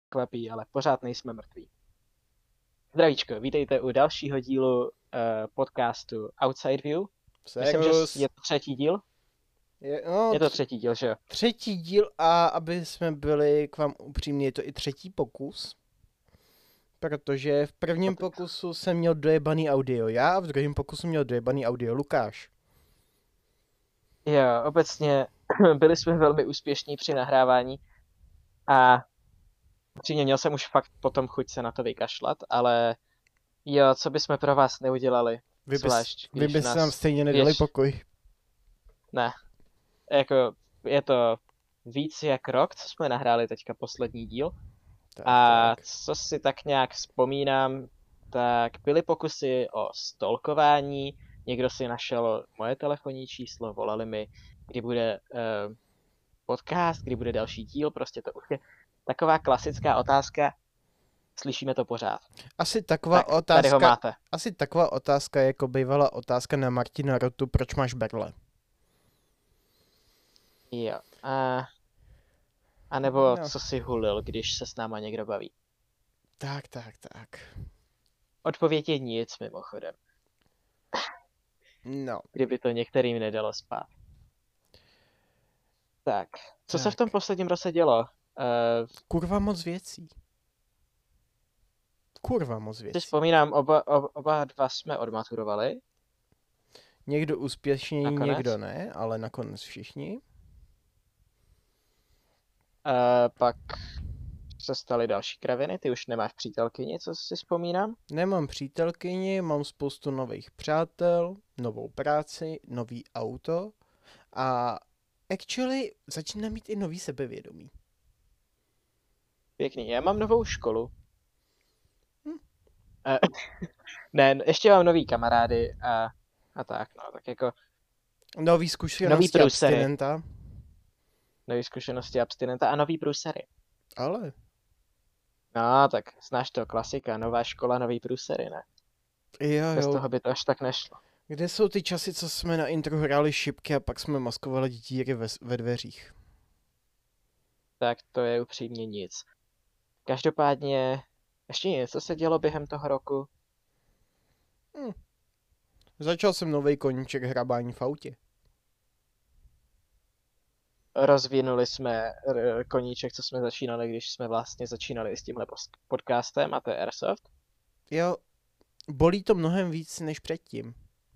překvapí, ale pořád nejsme mrtví. Zdravíčko, vítejte u dalšího dílu podcastu Outside View. Myslím, že je to třetí díl. Je to třetí díl, že jo? Třetí díl a aby jsme byli k vám upřímní, je to i třetí pokus. Protože v prvním pokusu jsem měl dojebaný audio já a v druhém pokusu měl dojebaný audio Lukáš. Jo, obecně byli jsme velmi úspěšní při nahrávání a upřímně měl jsem už fakt potom chuť se na to vykašlat, ale jo, co bychom pro vás neudělali, Vy byste nám stejně nedali pokoj. Ne, jako je to víc jak rok, co jsme nahráli teďka poslední díl. Tak. Co si tak nějak vzpomínám, tak byly pokusy o stalkování, někdo si našel moje telefonní číslo, volali mi, kdy bude podcast, kdy bude další díl, prostě to už je taková klasická otázka, slyšíme to pořád. Asi taková otázka jako bývala otázka na Martina Rotu, proč máš berle? Jo, a nebo co si hulil, když se s náma někdo baví. Tak. Odpověď je nic, mimochodem. No. Kdyby to některým nedalo spát. Tak, co se v tom posledním roce dělo? Kurva moc věcí. Si vzpomínám, oba dva jsme odmaturovali. Někdo úspěšně, někdo ne, ale nakonec všichni. Pak se staly další kraviny, ty už nemáš přítelkyni, co si vzpomínám? Nemám přítelkyni, mám spoustu nových přátel, novou práci, nový auto a actually začínám mít i nový sebevědomí. Pěkný, já mám novou školu. Ne, ještě mám nový kamarády a tak, no, tak jako... Nový zkušenosti abstinenta. Nový zkušenosti abstinenta a nový průsery. Ale... No, tak znáš to, klasika, nová škola, nový průsery, ne? Jo. Bez toho by to až tak nešlo. Kde jsou ty časy, co jsme na intro hráli šipky a pak jsme maskovali díry ve dveřích? Tak to je upřímně nic. Každopádně, ještě něco se dělo během toho roku? Začal jsem nový koníček hrabání v autě. Rozvinuli jsme koníček, co jsme začínali, když jsme vlastně začínali s tímhle podcastem, a to je Airsoft. Jo, bolí to mnohem víc než předtím.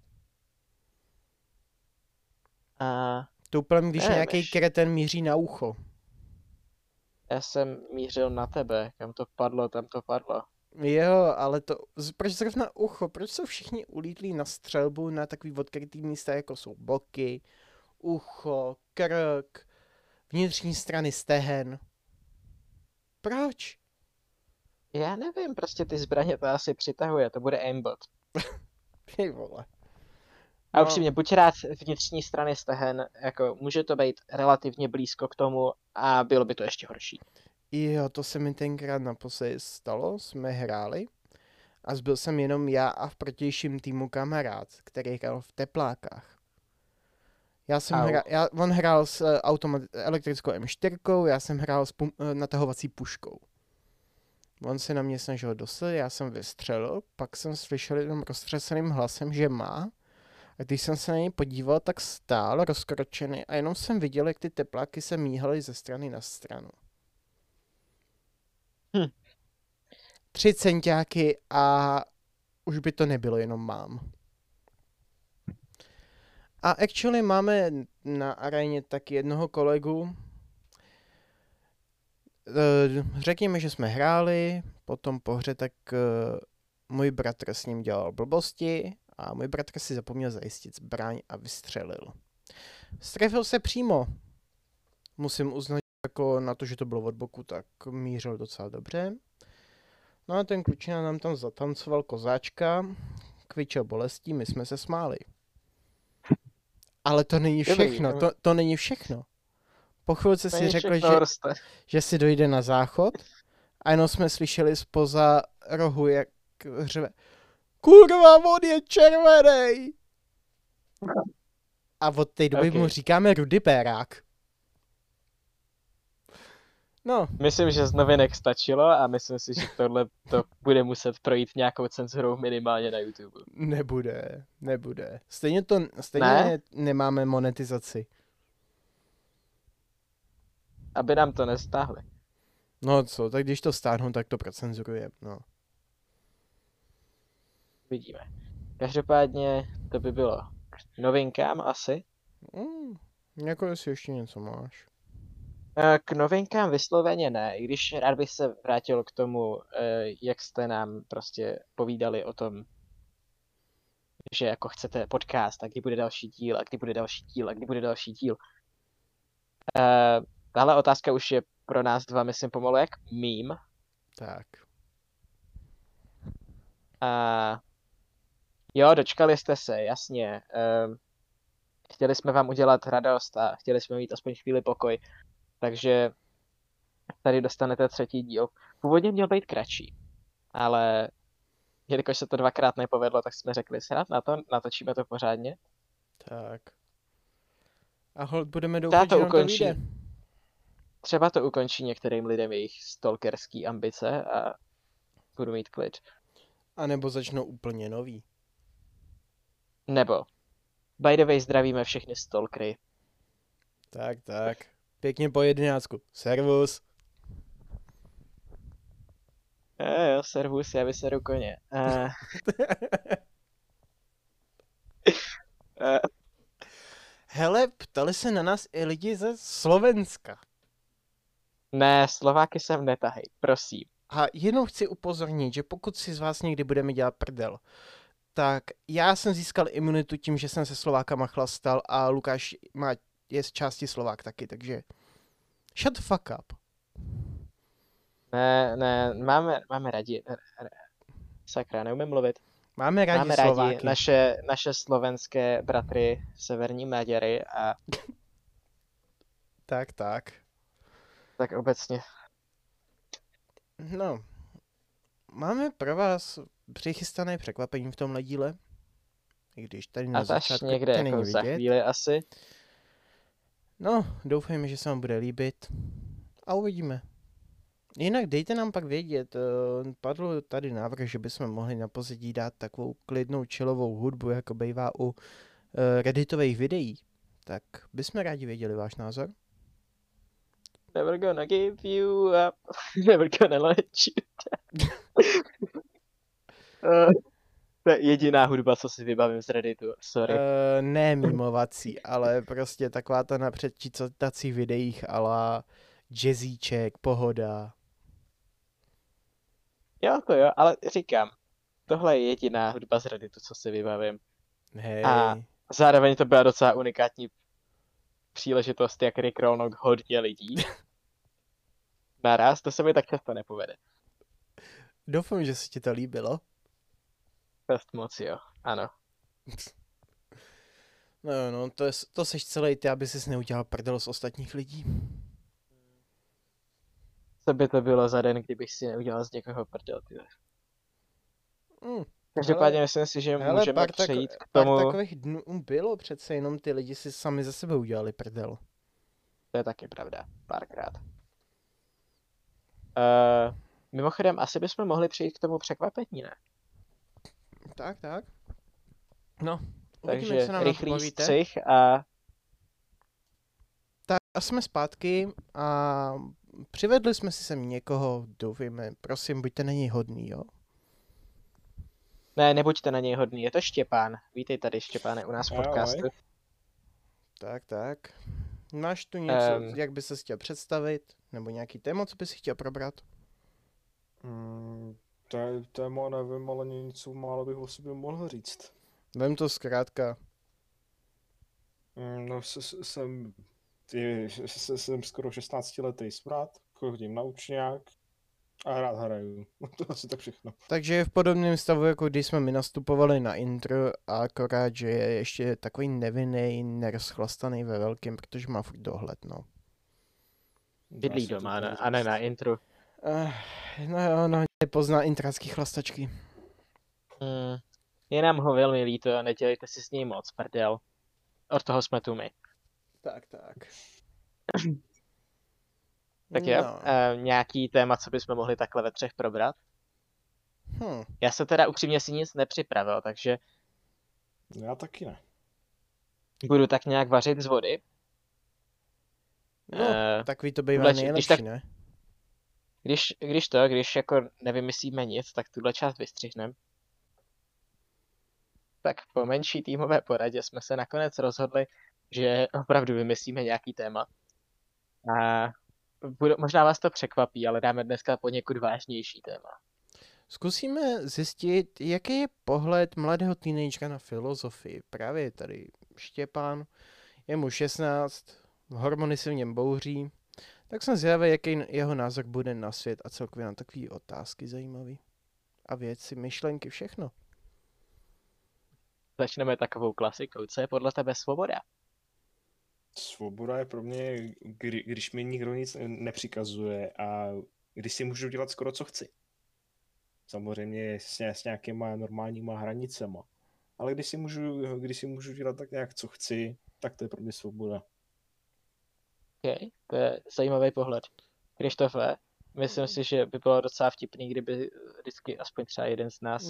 To úplně, když nějaký kreten míří na ucho. Já jsem mířil na tebe, kam to padlo, tam to padlo. Jo, ale to, proč zrovna ucho? Proč jsou všichni ulítlí na střelbu na takový odkrytý místa, jako jsou boky, ucho, krk, vnitřní strany stehen? Proč? Já nevím, prostě ty zbraně to asi přitahuje, to bude aimbot. Ty vole. A upřímně, buď rád vnitřní strany stehen, jako může to být relativně blízko k tomu a bylo by to ještě horší. Jo, to se mi tenkrát naposledy stalo, jsme hráli a zbyl jsem jenom já a v protějším týmu kamarád, který hrál v teplákách. On hrál s elektrickou M4, já jsem hrál s natahovací puškou. On se na mě snažil dostat, já jsem vystřelil, pak jsem slyšel jenom roztřeseným hlasem, že má. A když jsem se na něj podíval, tak stál rozkročený a jenom jsem viděl, jak ty tepláky se míhaly ze strany na stranu. 3 centiáky a už by to nebylo jenom mám. A actually máme na aréně taky jednoho kolegu. Řekněme, že jsme hráli, potom po hře tak můj bratr s ním dělal blbosti a můj bratr si zapomněl zajistit zbraň a vystřelil. Strefil se přímo. Musím uznat, jako na to, že to bylo od boku, tak mířil docela dobře. No a ten klučina nám tam zatancoval kozáčka, kvičel bolestí, my jsme se smáli. Ale to není všechno, to není všechno. Po chvilce si řekl, že si dojde na záchod a jenom jsme slyšeli zpoza rohu, jak řve: Kurva, on je červenej! A od té doby mu říkáme Rudy Pérák. No, Myslím, že z novinek stačilo a myslím si, že tohle to bude muset projít nějakou cenzurou minimálně na YouTube. nebude. Ne? Stejně nemáme monetizaci. Aby nám to nestáhli. No co, tak když to stáhnu, tak to procenzurujeme, no. Vidíme. Každopádně to by bylo k novinkám asi. Jako jestli ještě něco máš. K novinkám vysloveně ne, i když rád bych se vrátil k tomu, jak jste nám prostě povídali o tom, že jako chcete podcast a kdy bude další díl a kdy bude další díl a kdy bude další díl. Tahle otázka už je pro nás dva, myslím, pomalu jak meme. Tak. Jo, dočkali jste se, jasně. Chtěli jsme vám udělat radost a chtěli jsme mít aspoň chvíli pokoj. Takže tady dostanete třetí díl. Původně měl být kratší, ale jelikož se to dvakrát nepovedlo, tak jsme řekli si na to, natočíme to pořádně. Tak. A hold budeme Třeba doufat, to že nám to ukončí. vyjde. Třeba to ukončí některým lidem jejich stalkerský ambice a budu mít klid. A nebo začnou úplně nový. Nebo, by the way, zdravíme všechny stalkery. Tak. Pěkně po 11. Servus. Jo, servus, já vyseru koně. Hele, ptali se na nás i lidi ze Slovenska. Ne, Slováky sem netahej, prosím. A jenom chci upozornit, že pokud si z vás někdy budeme dělat prdel, tak já jsem získal imunitu tím, že jsem se Slovákama chlastal a Lukáš je z části Slovák taky, takže shut the fuck up. Ne, máme rádi, sakra, neumím mluvit. Máme rádi Máme Slováky. rádi naše slovenské bratry, severní Maďary a Tak. tak obecně. No, máme pro vás přichystané překvapení v tomhle díle. I když tady na A to až začátku někde to jako není za vidět. chvíli asi. No, doufejme, že se vám bude líbit. A uvidíme. Jinak dejte nám pak vědět, padl tady návrh, že bychom mohli na pozadí dát takovou klidnou chillovou hudbu, jako bývá u redditových videí. Tak bychom rádi věděli váš názor. Never gonna give you up, never gonna let you down. To je jediná hudba, co si vybavím z Redditu, sorry. Ne mimovací, ale prostě taková ta na předčítacích videích ala jazzíček, pohoda. Jo, ale říkám, tohle je jediná hudba z Redditu, co si vybavím. Hej. A zároveň to byla docela unikátní příležitost, jak rickrollnout hodně lidí. Naraz, to se mi tak často nepovede. Doufám, že se ti to líbilo. Dost moc, jo, ano. No, to seš celý ty, aby ses neudělal prdel z ostatních lidí. Co by to bylo za den, kdybych si neudělal z někoho prdel, ty. Každopádně myslím si, že můžeme přejít k tomu. Pár takových dnů bylo přece, jenom ty lidi si sami za sebe udělali prdel. To je taky pravda, párkrát. Mimochodem, asi bychom mohli přejít k tomu překvapení, ne? Tak. No, takže uvidíme, rychlý střih a... Tak a jsme zpátky a přivedli jsme si sem někoho, doufejme, prosím, buďte na něj hodný, jo? Ne, nebuďte na něj hodný, je to Štěpán. Vítej tady, Štěpáne, u nás v podcastu. Tak. Máš tu něco, jak by se chtěl představit? Nebo nějaký téma, co bys chtěl probrat? Téma nevím, ale něco málo bych o sobě mohl říct. Vem to zkrátka. No, jsem skoro 16letý smrad, chodím na učňák a rád hraju. To asi tak všechno. Takže je v podobném stavu, jako když jsme my nastupovali na intro, a akorát, že je ještě takový nevinný, nerozchlastaný ve velkém, protože má furt dohled, no. Bydlí doma, a ne na intro. No, nepozná intrácký chlastačky. Je nám ho velmi líto a nedělejte si s ním moc, prdel. Od toho jsme tu my. Tak. Tak jo, No. nějaký téma, co bychom mohli takhle ve třech probrat? Já se teda upřímně si nic nepřipravil, takže Já taky ne. budu tak nějak vařit z vody. No, takový to bývá když nejlepší, tak- ne? Když jako nevymyslíme nic, tak tuhle část vystřihneme. Tak po menší týmové poradě jsme se nakonec rozhodli, že opravdu vymyslíme nějaký téma. A možná vás to překvapí, ale dáme dneska poněkud vážnější téma. Zkusíme zjistit, jaký je pohled mladého teenagera na filozofii. Právě tady Štěpán, je mu 16, hormony se v něm bouří, tak jsem zvědavý, jaký jeho názor bude na svět a celkově na takové otázky zajímavý. A věci, myšlenky, všechno. Začneme takovou klasikou. Co je podle tebe svoboda? Svoboda je pro mě, když mi nikdo nic nepřikazuje a když si můžu dělat skoro co chci. Samozřejmě s nějakýma normálníma hranicema. Ale když si můžu dělat tak nějak co chci, tak to je pro mě svoboda. Okay, to je zajímavý pohled. Krištofe, myslím si, že by bylo docela vtipný, kdyby vždycky aspoň třeba jeden z nás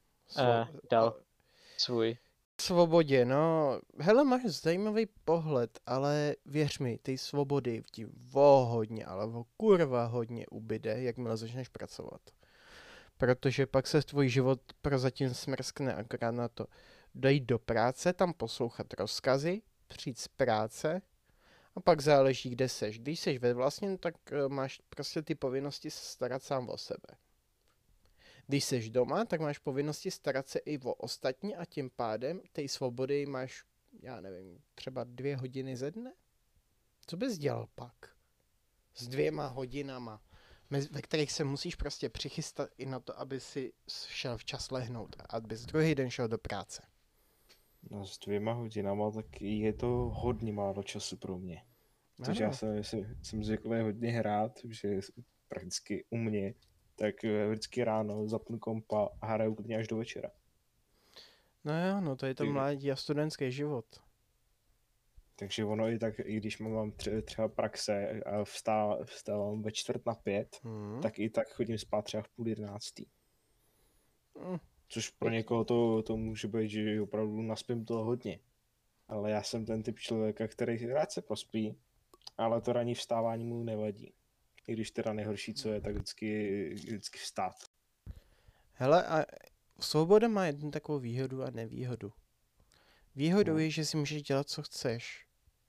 dal svůj. Svobodě, no. Hele, máš zajímavý pohled, ale věř mi, ty svobody ti hodně, ale kurva hodně ubyde, jakmile začneš pracovat. Protože pak se tvůj život prozatím smrskne akorát na to. Dojít do práce, tam poslouchat rozkazy, přijít z práce a pak záleží, kde seš. Když seš ve vlastním, tak máš prostě ty povinnosti starat sám o sebe. Když seš doma, tak máš povinnosti starat se i o ostatní a tím pádem té svobody máš, já nevím, třeba 2 hodiny ze dne? Co bys dělal pak? S 2 hodinama, ve kterých se musíš prostě přichystat i na to, aby si šel včas lehnout a abys druhý den šel do práce. No s 2 hodinama, tak je to hodně málo času pro mě. Protože já jsem zvyklý hodně hrát, že prakticky u mě, tak vždycky ráno zapnu kompa a hraju klidně až do večera. No jo, no to je to mládí a studentský život. Takže ono i tak, i když mám třeba praxe a vstávám ve 4:45, tak i tak chodím spát třeba v 10:30. Což pro někoho to může být, že opravdu naspím toho hodně. Ale já jsem ten typ člověka, který rád se pospí, ale to ranní vstávání mu nevadí. I když teda nejhorší, co je, tak vždycky vstát. Hele, a svoboda má jednu takovou výhodu a nevýhodu. Výhodou je, že si můžeš dělat, co chceš.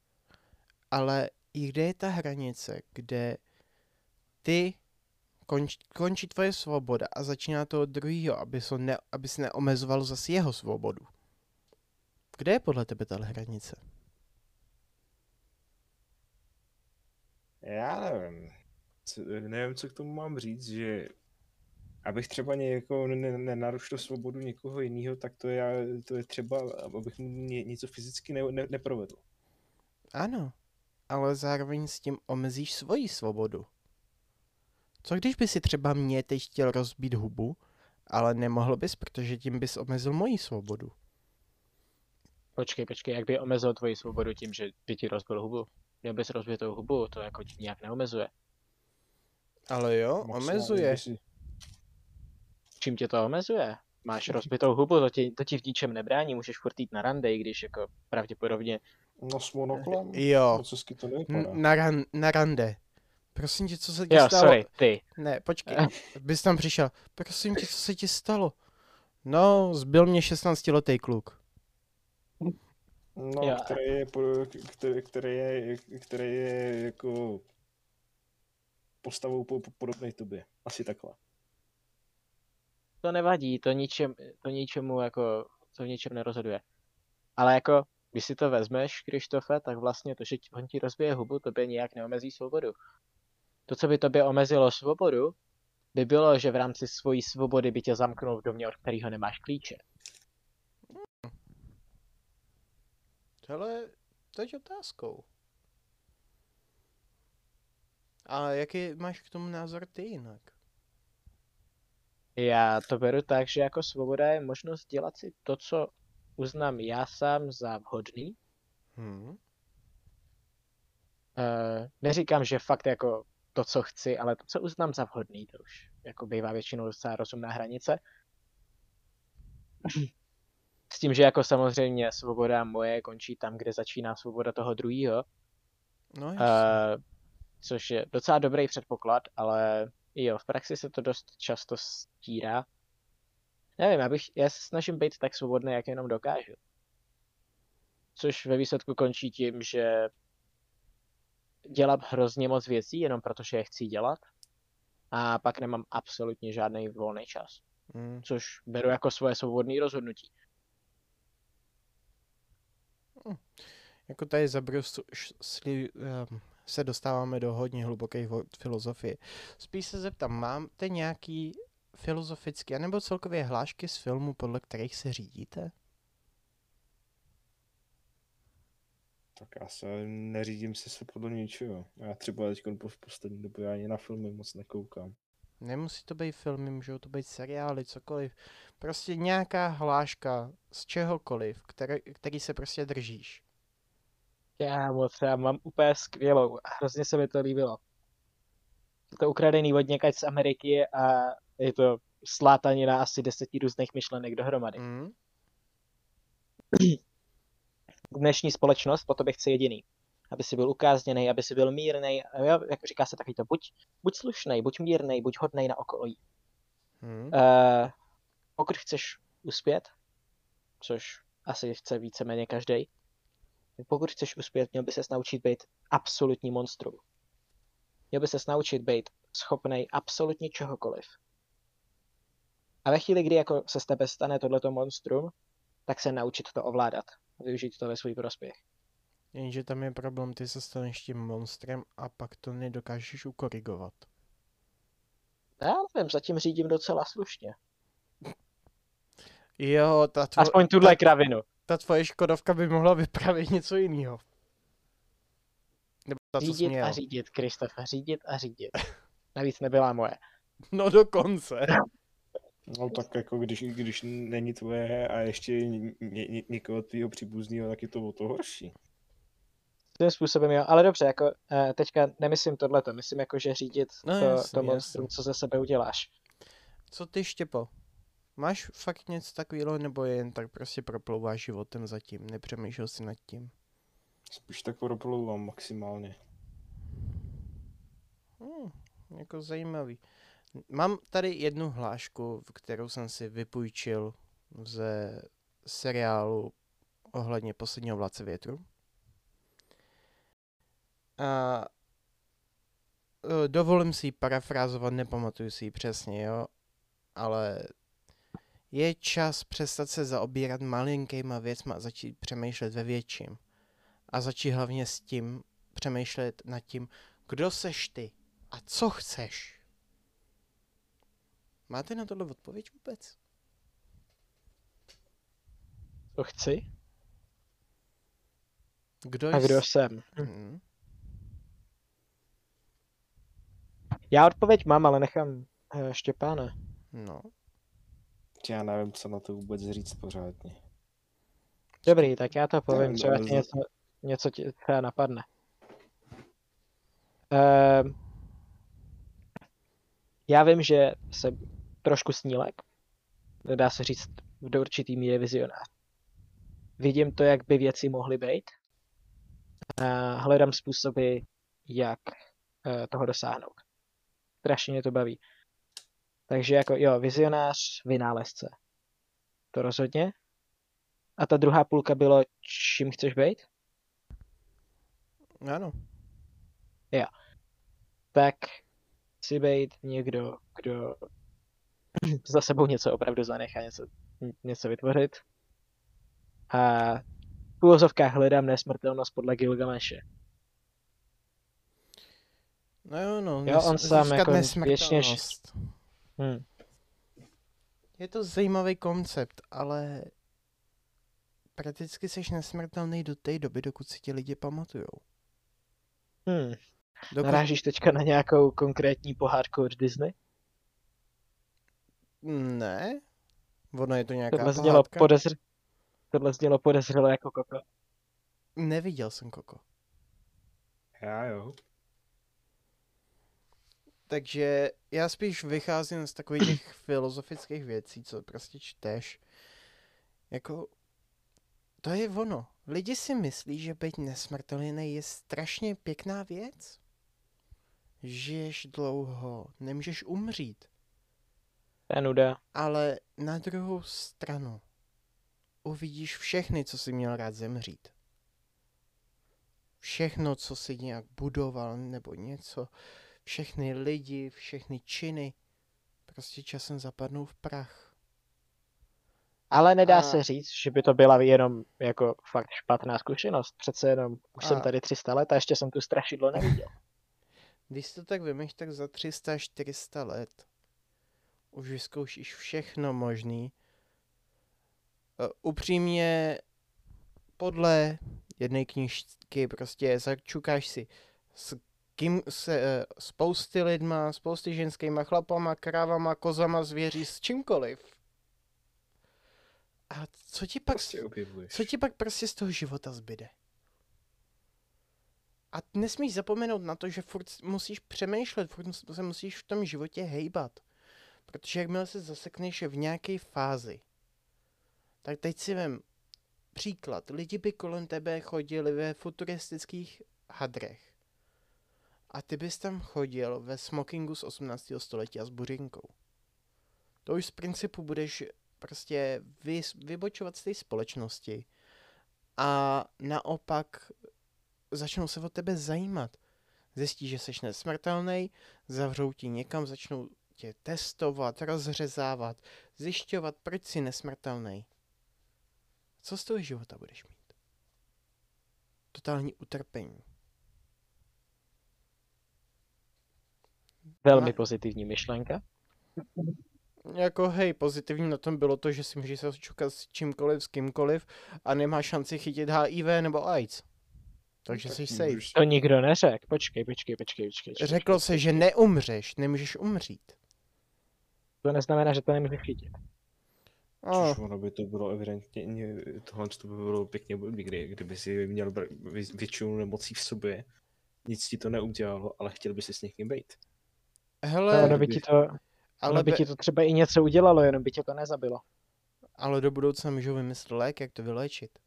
Ale i kde je ta hranice, kde ty končí tvoje svoboda a začíná toho druhýho, aby se neomezoval zase jeho svobodu. Kde je podle tebe ta hranice? Já nevím, co k tomu mám říct, že abych třeba nenarušil svobodu někoho jiného, tak to je třeba, abych mu něco fyzicky neprovedl. Ano, ale zároveň s tím omezíš svoji svobodu. Co když by si třeba mě teď chtěl rozbít hubu, ale nemohl bys, protože tím bys omezil moji svobodu. Počkej, jak by omezil tvoji svobodu tím, že by ti rozbil hubu? Měl bys rozbitou hubu, to jako ti nějak neomezuje. Ale jo, omezuje. Čím tě to omezuje? Máš rozbitou hubu, to ti v ničem nebrání, můžeš furt jít na rande, i když jako pravděpodobně... No s monoklem? Jo, to nevypadá. Na rande. Prosím tě, co se ti stalo? Sorry, ty. Ne, počkej, bys tam přišel. Prosím tě, co se ti stalo? No, zbyl mě 16letý kluk. No, který je jako postavou podobnej tobě. Asi takhle. To nevadí, to ničemu jako, to v ničem nerozhoduje. Ale jako, když si to vezmeš, Krištofe, tak vlastně to, že on ti rozbije hubu, tobě nijak neomezí svobodu. To, co by tobě omezilo svobodu, by bylo, že v rámci svojí svobody by tě zamknul v domě, od kterého nemáš klíče. Hele, to je otázkou. A jaký máš k tomu názor ty jinak? Já to beru tak, že jako svoboda je možnost dělat si to, co uznám já sám za vhodný. Neříkám, že fakt jako to, co chci, ale to, co uznám za vhodný, to už jako bývá většinou docela rozumná hranice. S tím, že jako samozřejmě svoboda moje končí tam, kde začíná svoboda toho druhého. No Což je docela dobrý předpoklad, ale jo, v praxi se to dost často stírá. Nevím, já se snažím být tak svobodný, jak jenom dokážu. Což ve výsledku končí tím, že dělám hrozně moc věcí, jenom protože je chci dělat. A pak nemám absolutně žádný volný čas. Což beru jako svoje svobodné rozhodnutí. Jako tady za se dostáváme do hodně hluboké filozofie. Spíš se zeptám, máte nějaký filozofický, anebo celkově hlášky z filmu, podle kterých se řídíte? Tak já se neřídím se podle ničeho. Já třeba teď v poslední době ani na filmy moc nekoukám. Nemusí to být filmy, můžou to být seriály, cokoliv. Prostě nějaká hláška z čehokoliv, který se prostě držíš. Já mám úplně skvělou a hrozně se mi to líbilo. Je to ukradený od někať z Ameriky a je to slátanina asi 10 různých myšlenek dohromady. Dnešní společnost po tobě chce jediný. Aby si byl ukázněný, aby si byl mírnej. Jak říká se taky to, buď slušnej, buď mírnej, buď hodnej na okolí. Pokud chceš uspět, což asi chce víceméně každej, pokud chceš uspět, měl by ses naučit být absolutní monstrum. Měl by ses naučit být schopnej absolutně čehokoliv. A ve chvíli, kdy jako se z tebe stane tohleto monstrum, tak se naučit to ovládat. Využít to ve svůj prospěch. Jenže tam je problém, ty se staneš tím monstrem a pak to nedokážeš ukorigovat. Já nevím, zatím řídím docela slušně. Jo, aspoň tuhle kravinu. Ta tvoje Škodovka by mohla vyprávět něco jiného. Nebo ta, co řídit směl. A řídit, Kristofe, řídit a řídit. Navíc nebyla moje. No dokonce. No tak jako když není tvoje a ještě někoho tvýho příbuzného, tak je to o to horší. Tím způsobem jo, ale dobře, jako teďka nemyslím tohleto, myslím jako, že řídit to monstrum, co ze sebe uděláš. Co ty, Štěpo? Máš fakt něco takového, nebo jen tak prostě proplouváš životem zatím? Nepřemýšlel jsi nad tím? Spíš tak proplouvám maximálně. Jako zajímavý. Mám tady jednu hlášku, kterou jsem si vypůjčil ze seriálu ohledně Posledního vládce větru. A dovolím si ji parafrázovat, nepamatuju si ji přesně, jo, ale je čas přestat se zaobírat malinkýma věcma a začít přemýšlet ve větším. A začít hlavně s tím přemýšlet nad tím, kdo seš ty a co chceš. Máte na tohle odpověď vůbec? Co chci? Kdo jsem? Já odpověď mám, ale nechám Štěpána. No. Já nevím, co na to vůbec říct pořádně. Dobrý, tak já to povím, třeba něco ti třeba napadne. Já vím, že jsem trošku snílek. Dá se říct do určitý míry vizionář. Vidím to, jak by věci mohly být. A hledám způsoby, jak toho dosáhnout. Strašně mě to baví. Takže jako jo, vizionář, vynálezce. To rozhodně. A ta druhá půlka bylo, čím chceš být? Ano. Jo. Tak chci být někdo, kdo za sebou něco opravdu zanechá, něco vytvořit. A v úvozovkách hledám nesmrtelnost podle Gilgameše. No, on sám jako věčně... Je to zajímavý koncept, ale prakticky jsi nesmrtelný do té doby, dokud si ti lidi pamatujou. Narážíš teďka na nějakou konkrétní pohádku od Disney? Ne. Ono je to nějaká pohádka? Tohle znělo podezřelo jako Koko. Neviděl jsem Koko. Já jo. Takže já spíš vycházím z takových těch filozofických věcí, co prostě čteš. Jako, to je ono. Lidi si myslí, že být nesmrtelný je strašně pěkná věc. Žiješ dlouho, nemůžeš umřít. To je nuda. Ale na druhou stranu uvidíš všechny, co jsi měl rád zemřít. Všechno, co jsi nějak budoval nebo něco, všechny lidi, všechny činy, prostě časem zapadnou v prach. Ale nedá se říct, že by to byla jenom jako fakt špatná zkušenost. Přece jenom už jsem tady 300 let a ještě jsem tu strašidlo neviděl. Když to tak vymeš, tak za 300-400 let už vyzkoušíš všechno možný. Upřímně podle jedné knížky prostě začukáš si spousty lidma, spousty ženskýma, chlapama, krávama, kozama, zvěří, s čímkoliv. A co ti pak prostě z toho života zbyde? A nesmíš zapomenout na to, že furt musíš přemýšlet, furt se musíš v tom životě hejbat. Protože jakmile se zasekneš v nějaké fázi, tak teď si vem příklad. Lidi by kolem tebe chodili ve futuristických hadrech. A ty bys tam chodil ve smokingu z 18. století a s buřinkou. To už z principu budeš prostě vybočovat z té společnosti. A naopak začnou se o tebe zajímat. Zjistí, že jsi nesmrtelný, zavřou ti někam, začnou tě testovat, rozřezávat, zjišťovat, proč jsi nesmrtelný. Co z toho života budeš mít? Totální utrpení. Velmi pozitivní myšlenka. Jako hej, pozitivní na tom bylo to, že si můžeš se očukat s čímkoliv, s kýmkoliv a nemá šanci chytit HIV nebo AIDS. Takže jsi safe. To nikdo neřekl. Počkej. Řeklo se, že neumřeš, nemůžeš umřít. To neznamená, že to nemůžeš chytit. Ono by to bylo evidentně, tohle to by bylo pěkně blbý, kdyby si měl většinu nemocí v sobě, nic ti to neudělalo, ale chtěl by si s někým být. Hele, ono by ti to třeba i něco udělalo, jenom by tě to nezabilo. Ale do budoucna můžou vymyslet lék, jak to vyléčit.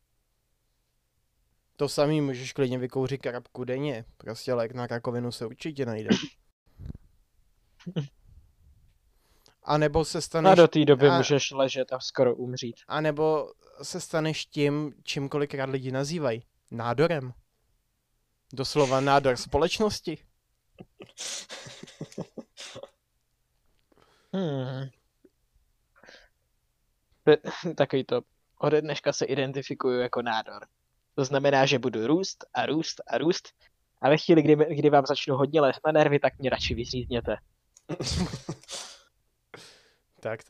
To samý můžeš klidně vykouřit karabku denně. Prostě lék na rakovinu se určitě najde. A nebo se staneš... A do té doby můžeš ležet a skoro umřít. A nebo se staneš tím, čím kolikrát lidi nazývají. Nádorem. Doslova nádor společnosti. Takový to. Ode dneška se identifikuju jako nádor. To znamená, že budu růst a růst a růst. A ve chvíli, kdy vám začnu hodně lézt na nervy, tak mě radši vyřízněte. Tak.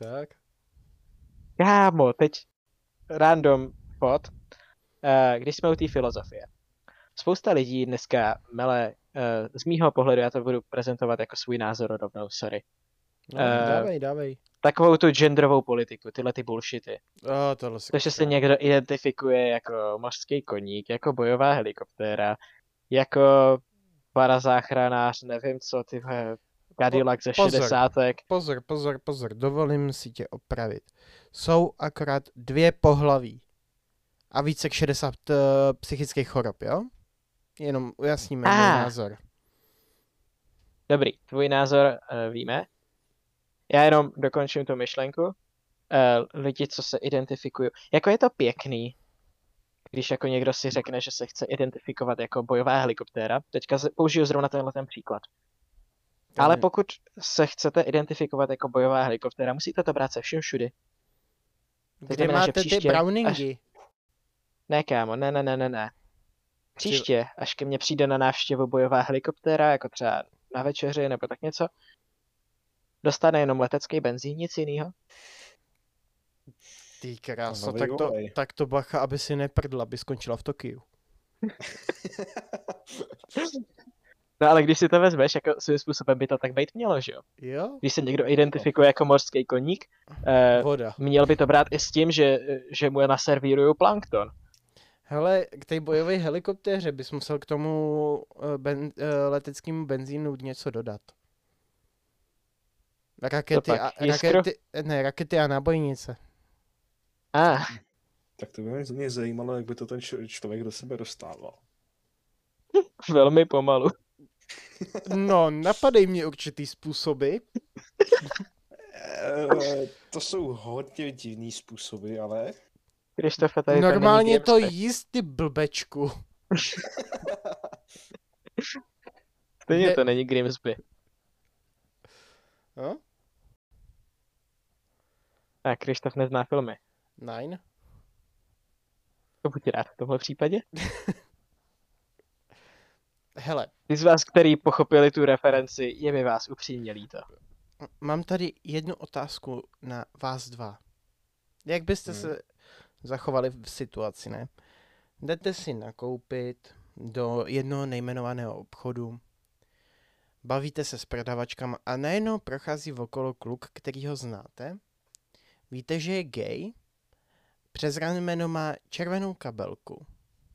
Kámo, teď random pod. Když jsme u té filozofie. Spousta lidí dneska mele, z mýho pohledu, já to budu prezentovat jako svůj názor rovnou, sorry. No, dávej. Takovou tu genderovou politiku, tyhle ty bullshity. Takže se někdo identifikuje jako mořský koník, jako bojová helikoptéra, jako parazáchranář, nevím co, ty Cadillac ze 60. Pozor, dovolím si tě opravit. Jsou akorát 2 pohlaví a více jak 60 psychických chorob, jo? Jenom ujasníme můj názor. Dobrý, tvůj názor víme. Já jenom dokončím tu myšlenku. Lidi, co se identifikují. Jako je to pěkný, když jako někdo si řekne, že se chce identifikovat jako bojová helikoptéra. Teďka použiju zrovna tenhle ten příklad. Ale pokud se chcete identifikovat jako bojová helikoptéra, musíte to brát se všem všudy. Kde máte ty Browningy? Ne, kámo, ne. Příště, až ke mně přijde na návštěvu bojová helikoptéra, jako třeba na večeři nebo tak něco, dostane jenom letecký benzín, nic jinýho. Ty kráso, tak to bacha, aby si neprdla, aby skončila v Tokiu. No ale když si to vezmeš, jako svým způsobem by to tak být mělo, že jo? Jo? Když se někdo identifikuje jako mořský koník, měl by to brát i s tím, že mu je naservírují plankton. Hele, k té bojové helikoptéře bys musel k tomu leteckému benzínu něco dodat. Rakety a nábojnice. Tak to by mě zajímalo, jak by to ten člověk do sebe dostával. Velmi pomalu. No, napadej mě určitý způsoby. To jsou hodně divný způsoby, ale... Krištofe, tady normálně to to jíst, ty blbečku. Stejně to není Grimsby. No? A Krištof nezná filmy. Nine? To buď rád v tomhle případě. Hele. Ty z vás, který pochopili tu referenci, je mi vás upřímně líto. Mám tady jednu otázku na vás dva. Jak byste se zachovali v situaci, ne? Jdete si nakoupit do jednoho nejmenovaného obchodu, bavíte se s prodavačkama a najednou prochází okolo kluk, který ho znáte. Víte, že je gay, přes rameno má červenou kabelku.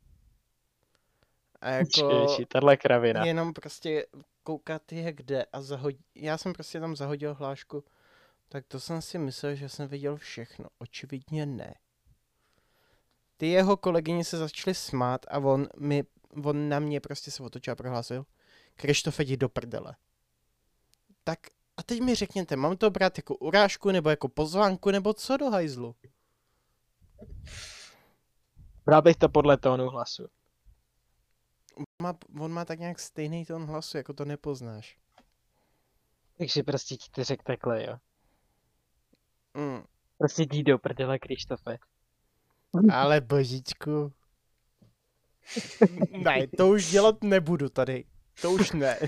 A jako tahle kravina. jenom prostě koukat je kde a já jsem prostě tam zahodil hlášku, tak to jsem si myslel, že jsem viděl všechno. Očividně ne. Ty jeho kolegyně se začaly smát a on na mě prostě se otočil a prohlásil: Krištofe, jdi do prdele. Tak a teď mi řekněte, mám to brát jako urážku, nebo jako pozvánku, nebo co do hajzlu? Bral bych to podle tónu hlasu. On má tak nějak stejný tón hlasu, jako to nepoznáš. Takže prostě ti to řek takhle, jo. Prostě jdi do prdele, Krištofe. Ale božičku. Ne, to už dělat nebudu tady. To už ne.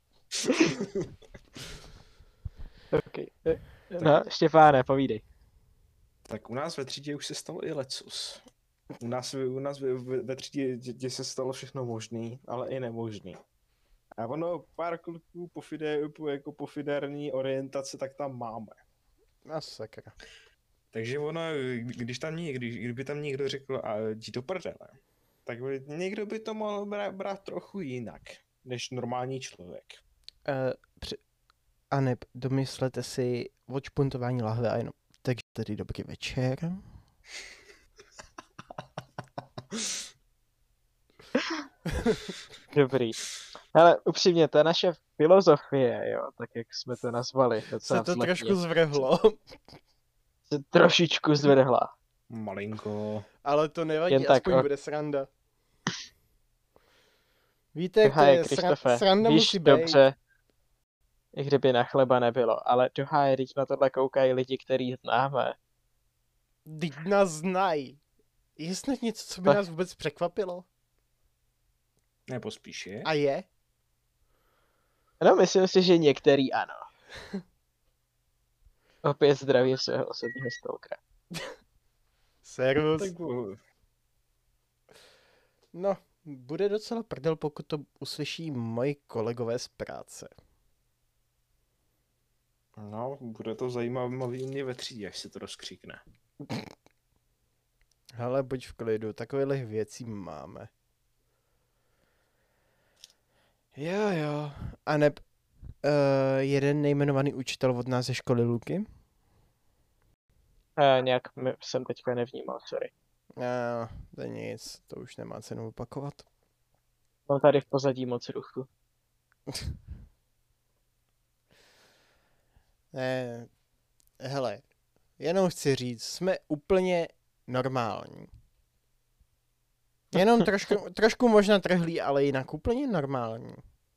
Okay. No, Štěpáne, povídej. Tak u nás ve třídě už se stalo i lecos. U nás ve třídě se stalo všechno možný, ale i nemožný. A ono pár kluků po fidérní orientace tak tam máme. A sakra. Takže ono, kdyby tam někdo řekl a jdi do prdele, tak někdo by to mohl brát trochu jinak, než normální člověk. A ne, domyslete si odšpuntování lahve a jenom. Takže tady dobrý večer. Dobrý. Hele, upřímně, ta naše filozofie, jo, tak jak jsme to nazvali, se to trošku zvrhlo. Se trošičku zvrhla. Malinko. Ale to nevadí, jen aspoň tak, bude sranda. Víte, jak to je, sranda víš musí být. dobře, i kdyby na chleba nebylo, ale do háje, když na tohle koukají lidi, který známe. Teď nás znají. Je snad něco, co by nás vůbec překvapilo? Nebo spíš je. A je? No, myslím si, že některý ano. Opět zdravím svého osobního stalkera. Servus. No, bude docela prdel, pokud to uslyší moji kolegové z práce. No, bude to zajímavý u mě ve třídě, až se to rozkřikne. Hele, buď v klidu, takových věcí máme. Jo. A jeden nejmenovaný učitel od nás ze školy Luky? Nějak jsem teďka nevnímal, sorry. To je nic, to už nemá cenu opakovat. Mám tady v pozadí moc ruchu. Ne, hele, jenom chci říct, jsme úplně normální. Jenom trošku možná trhlí, ale jinak úplně normální.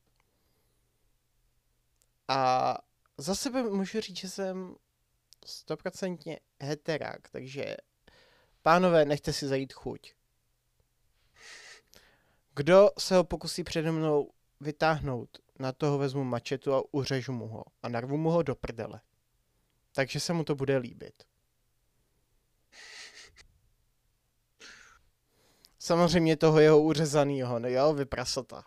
A za sebe můžu říct, že jsem 100% heterák, takže pánové, nechte si zajít chuť. Kdo se ho pokusí přede mnou vytáhnout, na toho vezmu mačetu a uřežu mu ho a narvu mu ho do prdele. Takže se mu to bude líbit. Samozřejmě toho jeho uřezanýho, no jo, vyprasota.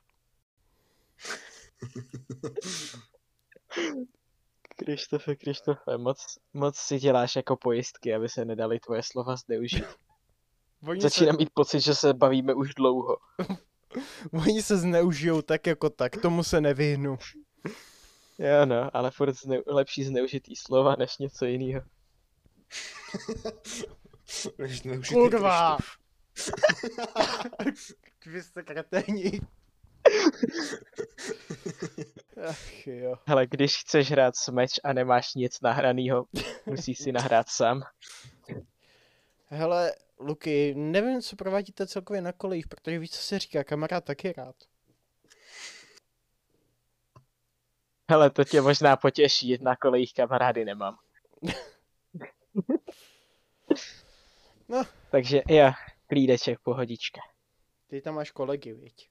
Krištofe, moc si děláš jako pojistky, aby se nedali tvoje slova zneužít. Začínám mít pocit, že se bavíme už dlouho. Oni se zneužijou tak jako tak, tomu se nevyhnu. Jo no, ale furt lepší zneužitý slova než něco jiného. Kurva! Vy jste kreténi. Ach jo. Hele, když chceš hrát Smash a nemáš nic nahranýho, musíš si nahrát sám. Hele, Luky, nevím, co provádíte celkově na kolejích, protože víš, co se říká, kamarád taky rád. Hele, to tě možná potěší, na kolejích kamarády nemám. No. Takže jo, klídeček, pohodička. Ty tam máš kolegy, viď?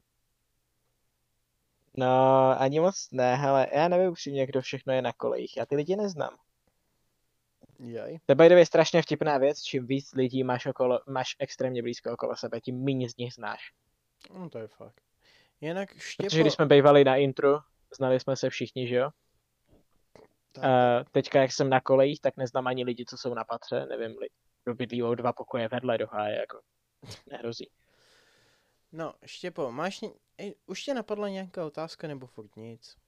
No, ani moc ne, hele, já nevím upřímně, kdo všechno je na kolejích, já ty lidi neznám. Jaj. To je strašně vtipná věc, čím víc lidí máš extrémně blízko okolo sebe, tím méně z nich znáš. No to je fakt. Jinak Štěpo... Protože když jsme bývali na intru, znali jsme se všichni, že jo? Teďka, jak jsem na kolejích, tak neznám ani lidi, co jsou na patře, nevím, kdo bydlí o 2 pokoje vedle do háje, jako nehrozí. No, Štěpo, už tě napadla nějaká otázka, nebo furt nic?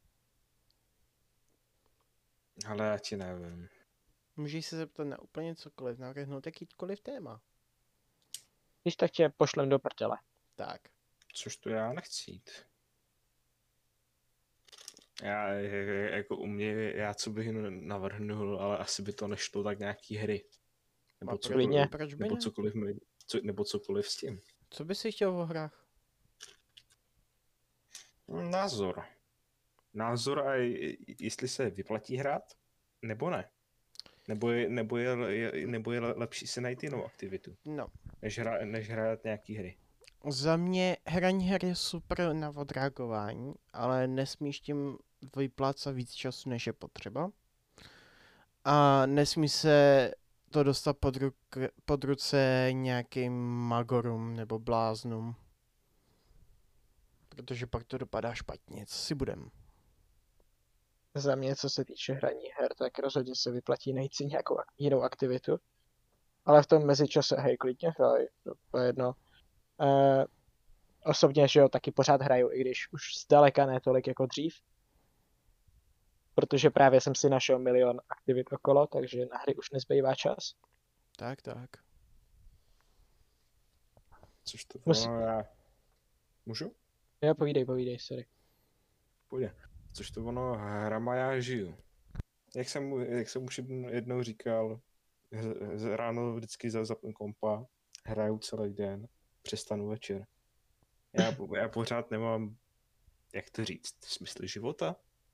Ale já ti nevím. Můžeš se zeptat na úplně cokoliv, navrhnout jakýkoliv téma. Když tak tě pošlem do prdele. Tak. Což to já nechci jít. Já jako u mě, já co bych navrhnul, ale asi by to nešlo, tak nějaký hry. Nebo cokoliv s tím. Co bys si chtěl o hrách? Názor a jestli se vyplatí hrát, nebo ne. Nebo je lepší si najít jinou aktivitu. No. Než hrát nějaký hry. Za mě hraní her je super na odreagování, ale nesmíš tím vyplácat víc času, než je potřeba. A nesmí se to dostat pod ruce nějakým magorům nebo bláznům. Protože pak to dopadá špatně, co si budem. Za mě, co se týče hraní her, tak rozhodně se vyplatí najít si nějakou jinou aktivitu. Ale v tom mezičase, hej, klidně hraj, to je jedno. Osobně, že jo, taky pořád hraju, i když už zdaleka ne tolik jako dřív. Protože právě jsem si našel milion aktivit okolo, takže na hry už nezbývá čas. Tak. Což to Můžu? Jo, povídej, sorry. Půjde. Což to ono, hrama já žiju. Jak jsem už jednou říkal, ráno vždycky zapnu kompa, hraju celý den, přestanu večer. Já pořád nemám, jak to říct, smysl života.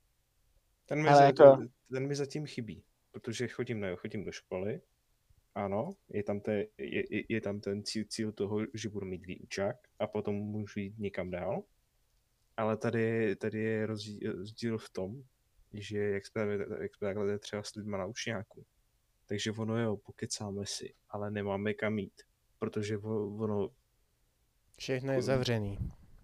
Ten mi zatím chybí, protože chodím do školy, ano, je tam ten cíl toho, že budu mít výučák a potom můžu jít někam dál. Ale tady je rozdíl v tom, že jak jsme takhle třeba s lidma na učňáku, takže ono jo, pokecáme si, ale nemáme kam jít, protože ono... Všechno je zavřený.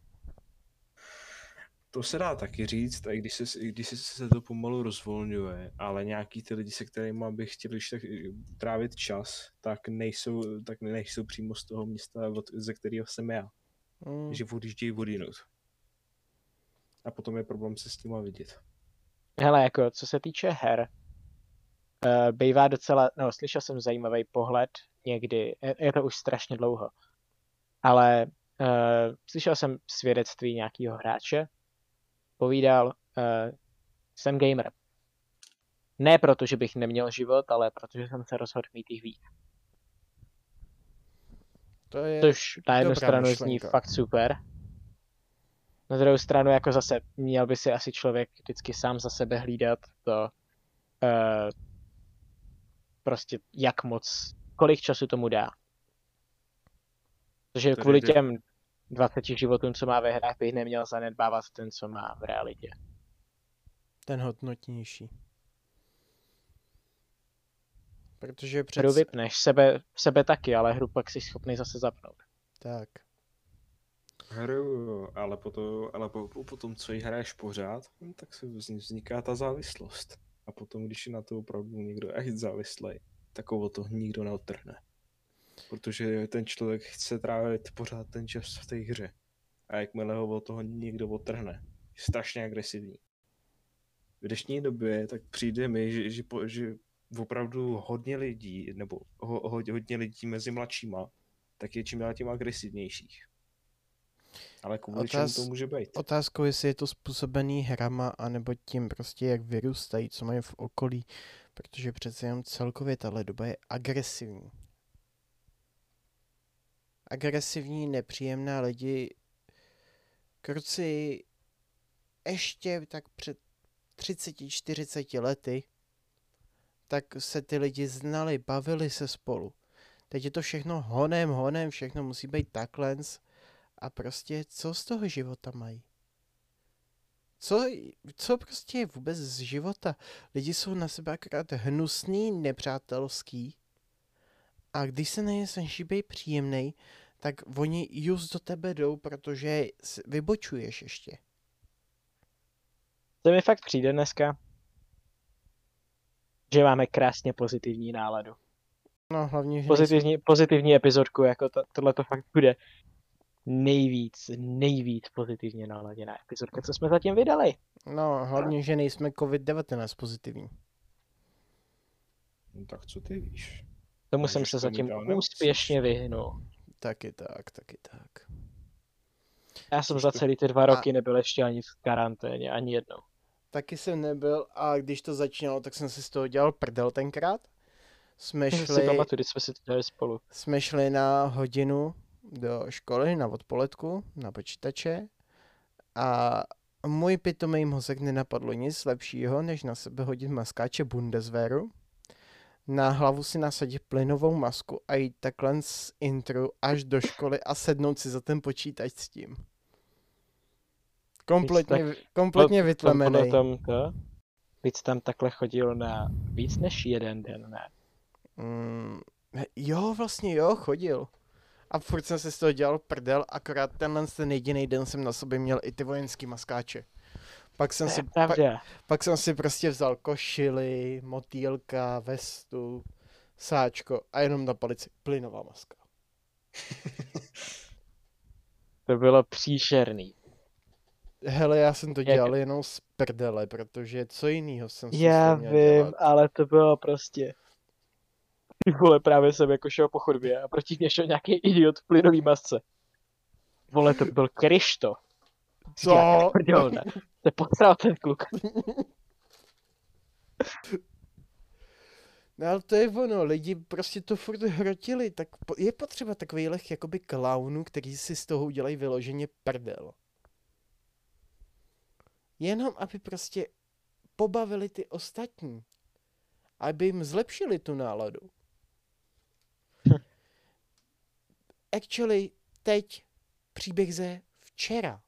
To se dá taky říct, a když se to pomalu rozvolňuje, ale nějaký ty lidi, se kterými bych chtěl tak trávit čas, tak nejsou přímo z toho města, ze kterého jsem já. Že odjíždějí odjinud. A potom je problém se s tím vidět. Hele, jako co se týče her, bývá docela, no slyšel jsem zajímavý pohled někdy, je to už strašně dlouho, ale slyšel jsem svědectví nějakého hráče, povídal, jsem gamer. Ne proto, že bych neměl život, ale protože jsem se rozhodl mít jich víc. Což na jednu stranu zní fakt super. Na druhou stranu jako zase měl by si asi člověk vždycky sám za sebe hlídat to prostě jak moc, kolik času tomu dá. Protože kvůli těm 20 životům, co má ve hrách, bych neměl zanedbávat ten, co má v realitě. Ten hodnotnější. Protože hru vypneš, sebe taky, ale hru pak jsi schopný zase zapnout. Tak. Hru, ale potom, co ji hraješ pořád, tak se vzniká ta závislost. A potom, když je na to opravdu někdo echt závislej, tak ho to nikdo neodtrhne. Protože ten člověk chce trávit pořád ten čas v té hře. A jakmile ho od toho někdo odtrhne, je strašně agresivní. v dnešní době, tak přijde mi, že opravdu hodně lidí, nebo hodně lidí mezi mladšíma, tak je čím dál tím agresivnějších. Ale kvůli čemu to může být? Otázkou, jestli je to způsobený hrama, anebo tím prostě, jak vyrůstají, co mají v okolí, protože přece jenom celkově tahle doba je agresivní. Agresivní, nepříjemná lidi, kruci ještě tak před 30-40 lety, tak se ty lidi znali, bavili se spolu. Teď je to všechno honem, všechno musí být takhle. A prostě, co z toho života mají? Co prostě je vůbec z života? Lidi jsou na sebe akorát hnusný, nepřátelský. A když se na ně snaží být příjemnej, tak oni just do tebe jdou, protože vybočuješ ještě. To mi fakt přijde dneska, že máme krásně pozitivní náladu. No, hlavně, že pozitivní epizodku, jako tohle to fakt bude nejvíc pozitivně naladěná epizodka, co jsme zatím vydali. No, hlavně, že nejsme COVID-19 pozitivní. No tak co ty víš? Tomu jsem se zatím úspěšně vyhnul. Taky tak. Já jsem za celý ty 2 roky nebyl ještě ani v karanténě, ani jednou. Taky jsem nebyl a když to začínalo, tak jsem si z toho dělal prdel tenkrát. Si pamatuju, když jsme si to dělali spolu. Jsme šli na hodinu do školy, na odpoledku, na počítače a můj pitomý mozek nenapadlo nic lepšího, než na sebe hodit maskáče Bundeswehru, na hlavu si nasadit plynovou masku a jít takhle z intru až do školy a sednout si za ten počítač s tím. Kompletně vytlemenej. Víc tam takhle chodil na víc než jeden den, ne? Jo, vlastně jo, chodil. A furt jsem se z toho dělal prdel, akorát ten jediný den jsem na sobě měl i ty vojenský maskáče. Pak jsem si prostě vzal košili, motýlka, vestu, sáčko a jenom na palici plynová maska. To bylo příšerný. Hele, já jsem to dělal jenom z prdele, protože co jinýho jsem si já měl vím, dělat. Ale to bylo prostě... Ty vole, právě jsem jako šel po chodbě a proti mě šel nějaký idiot v plynový masce. Vole, to byl Krišto. Co? To potřeboval ten kluk. No ale to je ono, lidi prostě to furt hrotili, tak je potřeba takových jakoby klaunů, který si z toho udělají vyloženě prdel. Jenom aby prostě pobavili ty ostatní. Aby jim zlepšili tu náladu. Actually, teď příběh ze včera.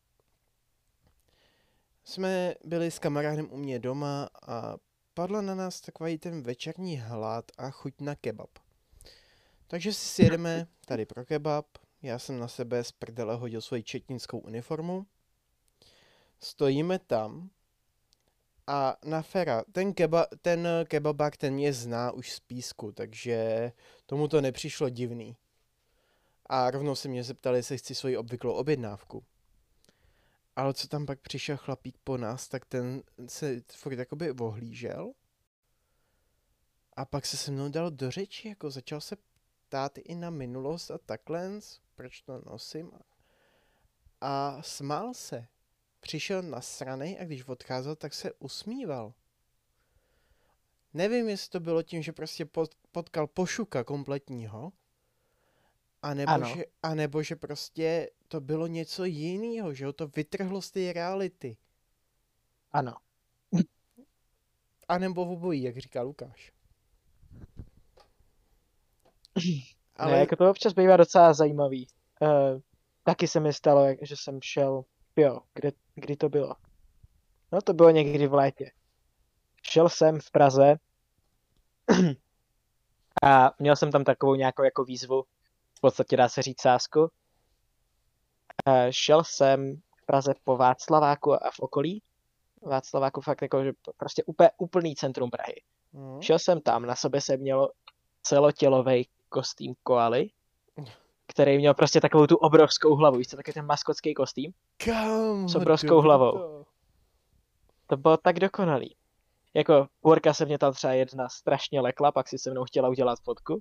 Jsme byli s kamarádem u mě doma a padla na nás takový ten večerní hlad a chuť na kebab. Takže si sjedeme tady pro kebab. Já jsem na sebe z prdele hodil svoji četnickou uniformu. Stojíme tam a na Fera, ten kebabák, ten mě zná už z Písku, takže tomu to nepřišlo divný. A rovnou se mě zeptali, jestli chci svoji obvyklou objednávku. Ale co tam pak přišel chlapík po nás, tak ten se furt jakoby ohlížel. A pak se mnou dal do řeči, jako začal se ptát i na minulost a takhle, proč to nosím. A smál se. Přišel nasranej a když odcházel, tak se usmíval. Nevím, jestli to bylo tím, že prostě potkal pošuka kompletního, anebo že prostě to bylo něco jiného, že ho to vytrhlo z té reality. Ano. A nebo v obojí, jak říká Lukáš. Ale jako to občas bývá docela zajímavý. Taky se mi stalo, že jsem šel, kdy to bylo? No to bylo někdy v létě. Šel jsem v Praze a měl jsem tam takovou nějakou jako výzvu, v podstatě dá se říct sázku. Šel jsem v Praze po Václaváku a v okolí. Václaváku fakt jako, že prostě úplný centrum Prahy. Šel jsem tam, na sobě jsem měl celotělovej kostým koaly, který měl prostě takovou tu obrovskou hlavu. Víš co, takový ten maskotský kostým? S obrovskou hlavou. To bylo tak dokonalý. Jako půrka se mě tam třeba jedna strašně lekla, pak si se mnou chtěla udělat fotku.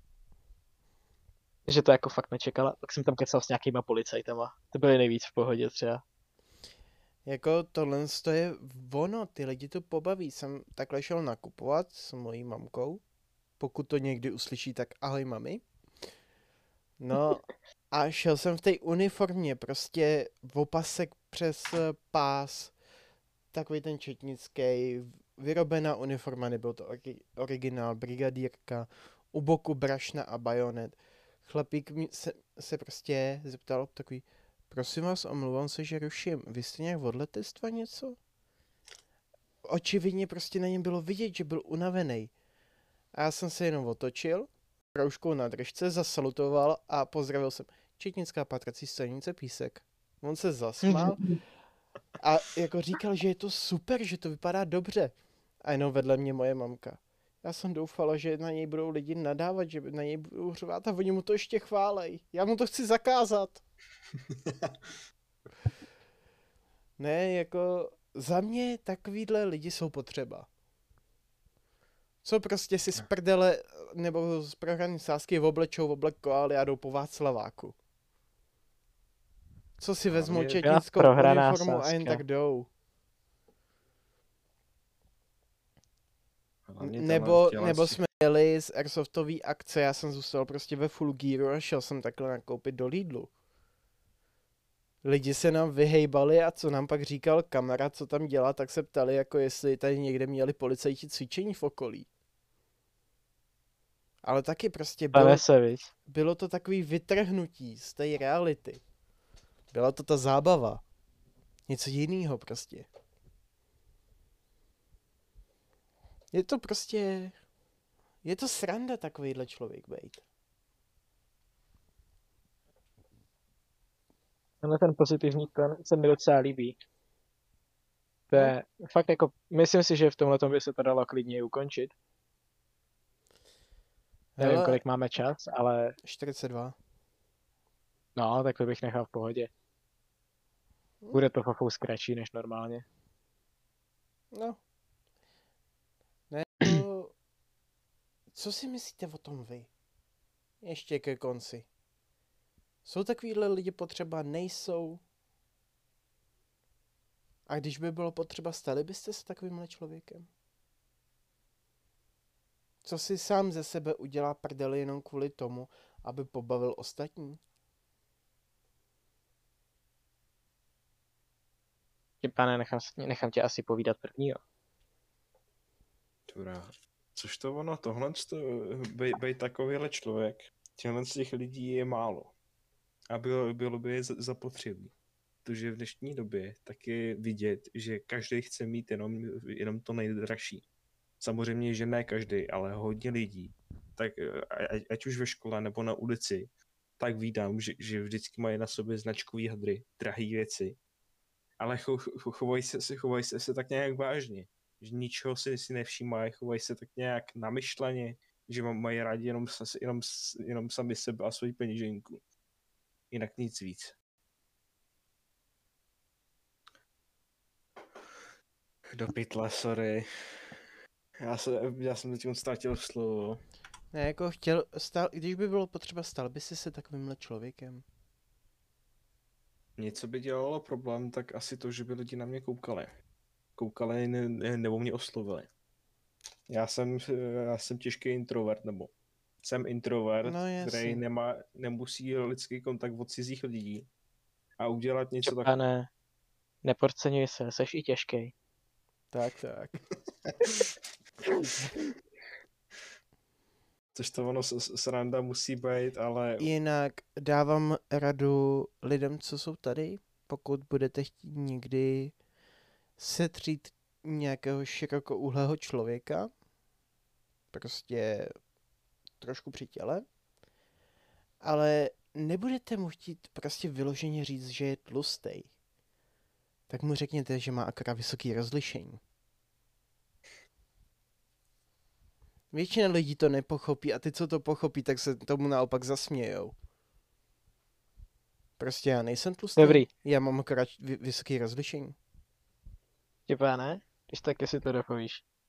Že to jako fakt nečekala. Pak jsem tam kecal s nějakýma policajtama. To byly nejvíc v pohodě třeba. Jako tohle je ono, ty lidi to pobaví. Jsem takhle šel nakupovat s mojí mamkou. Pokud to někdy uslyší, tak ahoj mami. No a šel jsem v té uniformě, prostě opasek přes pás, takový ten četnický, vyrobená uniforma, nebyl to originál, brigadírka, u boku brašna a bajonet. Chlapík se prostě zeptal takový, prosím vás, omlouvám se, že ruším, vy jste nějak od letectva něco? Očividně prostě na něm bylo vidět, že byl unavený. A já jsem se jenom otočil, rouškou na držce, zasalutoval a pozdravil jsem. Četnická patrací stanice Písek. On se zasmál a jako říkal, že je to super, že to vypadá dobře. A jenom vedle mě moje mamka. Já jsem doufala, že na něj budou lidi nadávat, že na něj budou řvát a oni mu to ještě chválej. Já mu to chci zakázat. Ne, jako za mě takovýhle lidi jsou potřeba. Co prostě si z prdele nebo z prohraný sázky oblečou oblek koaly a jdou po Václaváku. Co si vezmou četnickou uniformu a jen tak jdou. Nebo jsme jeli z airsoftové akce, já jsem zůstal prostě ve full gearu a šel jsem takhle nakoupit do Lidlu. Lidi se nám vyhejbali a co nám pak říkal kamarád, co tam dělá, tak se ptali, jako jestli tady někde měli policajti cvičení v okolí. Ale taky prostě bylo to takový vytrhnutí z té reality. Byla to ta zábava. Něco jiného prostě. Je to prostě... Je to sranda takovýhle člověk bejt. Tenhle ten pozitivní ten se mi docela líbí. To je fakt jako, myslím si, že v tomhletom by se to dalo klidně ukončit. Nevím, kolik máme čas, ale... 42. No, tak to bych nechal v pohodě. Bude to fofous kratší než normálně. No. Ne, to... Co si myslíte o tom vy? Ještě ke konci. Jsou takovýhle lidi potřeba? Nejsou? A když by bylo potřeba, stali byste se takovýmhle člověkem? Co si sám ze sebe udělá prdeli jenom kvůli tomu, aby pobavil ostatní? Pane, nechám tě asi povídat prvního. Dobrá. Což to ono, tohle, být takovýhle člověk, těchhle z těch lidí je málo. A bylo by je zapotřebí. Protože v dnešní době tak je vidět, že každý chce mít jenom to nejdražší. Samozřejmě, že ne každý, ale hodně lidí. Tak ať už ve škole nebo na ulici, tak vídám, že vždycky mají na sobě značkový hadry, drahé věci. Ale chovají se tak nějak vážně. Že ničeho si nevšímají, chovají se tak nějak namyšleně, že mají rádi jenom sami sebe a svoji peněženku. Jinak nic víc. Do pytle, sorry. Já jsem teď ztratil slovo. Ne, jako když by bylo potřeba, stal by si se takovýmhle člověkem? Něco by dělalo problém, tak asi to, že by lidi na mě koukali. Koukali nebo mě oslovili. Já jsem těžký introvert, nebo jsem introvert, který nemusí lidský kontakt od cizích lidí a udělat něco takového. Pane, nepodceňuj se, seš i těžký. Tak. Což to ono sranda musí být, ale... Jinak dávám radu lidem, co jsou tady, pokud budete chtít někdy setřít nějakého širokouhlého člověka, prostě trošku při těle, ale nebudete mu chtít prostě vyloženě říct, že je tlustej. Tak mu řekněte, že má akorát vysoký rozlišení. Většina lidí to nepochopí a ty, co to pochopí, tak se tomu naopak zasmějou. Prostě já nejsem tlustý. Dobrý. Já mám akorát vysoký rozlišení. Těpá ne? Když tak si to dopovíš.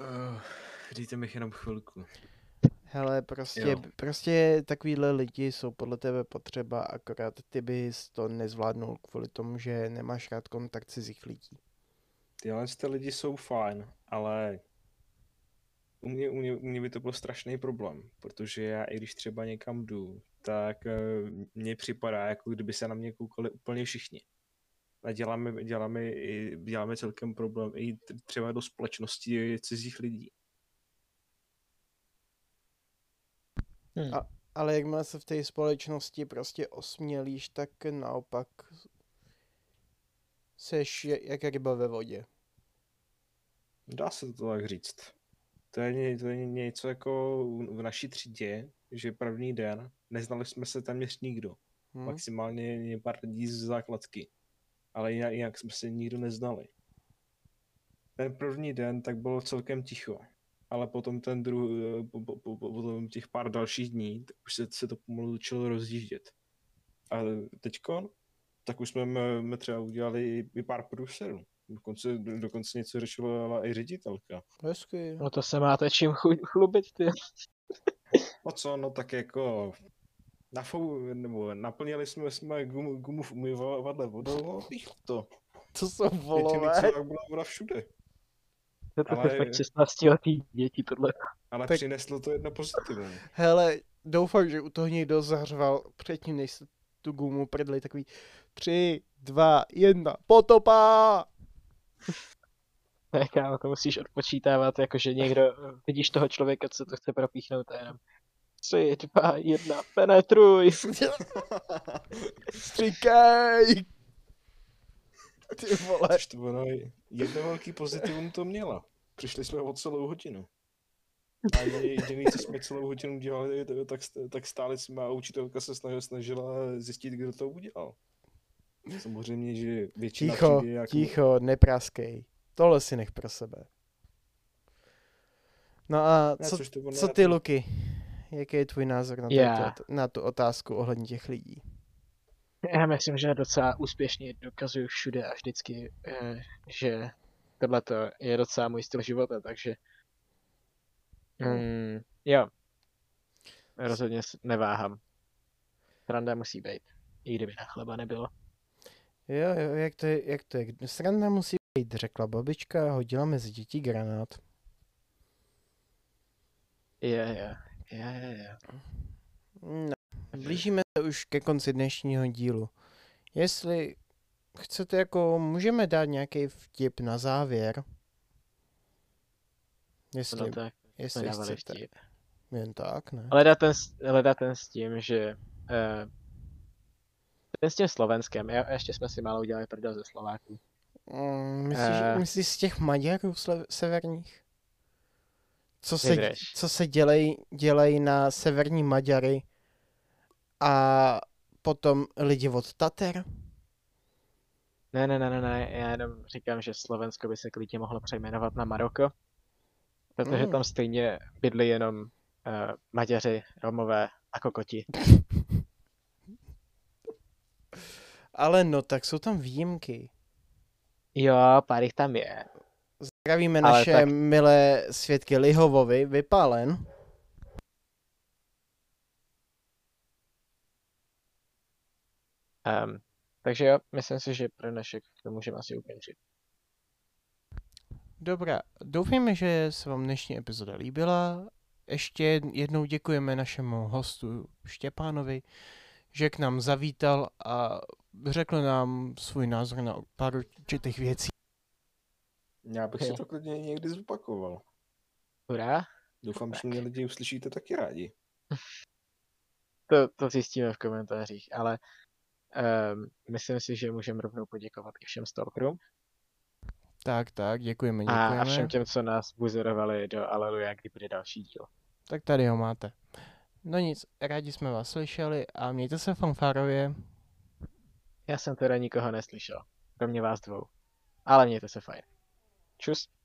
Dejte mi jenom chvilku. Hele, prostě takovýhle lidi jsou podle tebe potřeba, akorát ty bys to nezvládnul kvůli tomu, že nemáš rád kontakt cizích lidí. Tyhle lidi jsou fajn, ale u mě by to byl strašný problém, protože já i když třeba někam jdu, tak mně připadá, jako kdyby se na mě koukali úplně všichni. A děláme celkem problém i třeba do společnosti cizích lidí. Ale jakmile se v té společnosti prostě osmělíš, tak naopak seš jak ryba ve vodě. Dá se to tak říct. To je něco jako v naší třídě, že první den neznali jsme se téměř nikdo. Maximálně pár lidí z základky. Ale jinak jsme se nikdo neznali. Ten první den tak bylo celkem ticho. Ale potom potom těch pár dalších dní, tak už se to pomalu začalo rozjíždět. A teďko, tak už jsme třeba udělali i pár průserů. Dokonce něco řešila i ředitelka. Hezky. No to se máte čím chlubit, ty. No co, no tak jako naplnili jsme gumu v umyvadle vodou a píchlo to. To jsou volové. Tak byla voda všude. To je fakt 16 letý děti tohle. Ale tak přineslo to jedno pozitivum. Hele, doufám, že u toho někdo zařval předtím, než se tu gumu prdli, takový 3, 2, 1, potopa! Ne, kámo, to musíš odpočítávat, jakože někdo, vidíš toho člověka, co to chce propíchnout a jenom 3, 2, 1, penetruj! Stříkej! Ty vole. Což to bylo jedno velký pozitivum to měla. Přišli jsme o celou hodinu. A jediný, co jsme celou hodinu dělali, tak stáli jsme a učitelka se snažila zjistit, kdo to udělal. Samozřejmě, že většina Ticho, nepráskej. Tohle si nech pro sebe. No a co ty, Luky? Jaký je tvůj názor na tu otázku ohledně těch lidí? Já myslím, že docela úspěšně dokazuju všude a vždycky, že tohleto je docela můj styl života, takže jo, rozhodně neváhám. Sranda musí být, i kdyby na chleba nebylo. Jo, jak to je? Sranda musí být, řekla babička a hodila mezi děti granát. Je. No, blížíme se už ke konci dnešního dílu. Jestli chcete, jako můžeme dát nějaký vtip na závěr. Jestli chcete. Vtip. Jen tak, ne? Hledat ten s tím, že ten s tím Slovenskem, ještě jsme si málo udělali prdel ze Slováků. Myslíš z těch Maďarů severních? Co se dělají na severní Maďary a potom lidi od Tater? Ne, já jenom říkám, že Slovensko by se klidně mohlo přejmenovat na Maroko, protože tam stejně bydlí jenom Maďaři, Romové a kokoti. Ale no, tak jsou tam výjimky. Jo, pár jich tam je. Zdravíme naše milé svědky Lihovovi, vypálen. Takže jo, myslím si, že pro dnešek to můžeme asi ukončit. Dobrá, doufáme, že se vám dnešní epizoda líbila. Ještě jednou děkujeme našemu hostu Štěpánovi, že k nám zavítal a řekl nám svůj názor na pár určitých věcí. Já bych si to klidně někdy zopakoval. Hurá. Doufám, že mě lidi uslyšíte taky rádi. To zjistíme v komentářích, ale myslím si, že můžeme rovnou poděkovat i všem stalkerům. Tak, děkujeme. A všem těm, co nás buzerovali do Aleluja, kdy bude další díl. Tak tady ho máte. No nic, rádi jsme vás slyšeli a mějte se fanfárově. Já jsem teda nikoho neslyšel, kromě vás dvou. Ale mějte se fajn. Čus.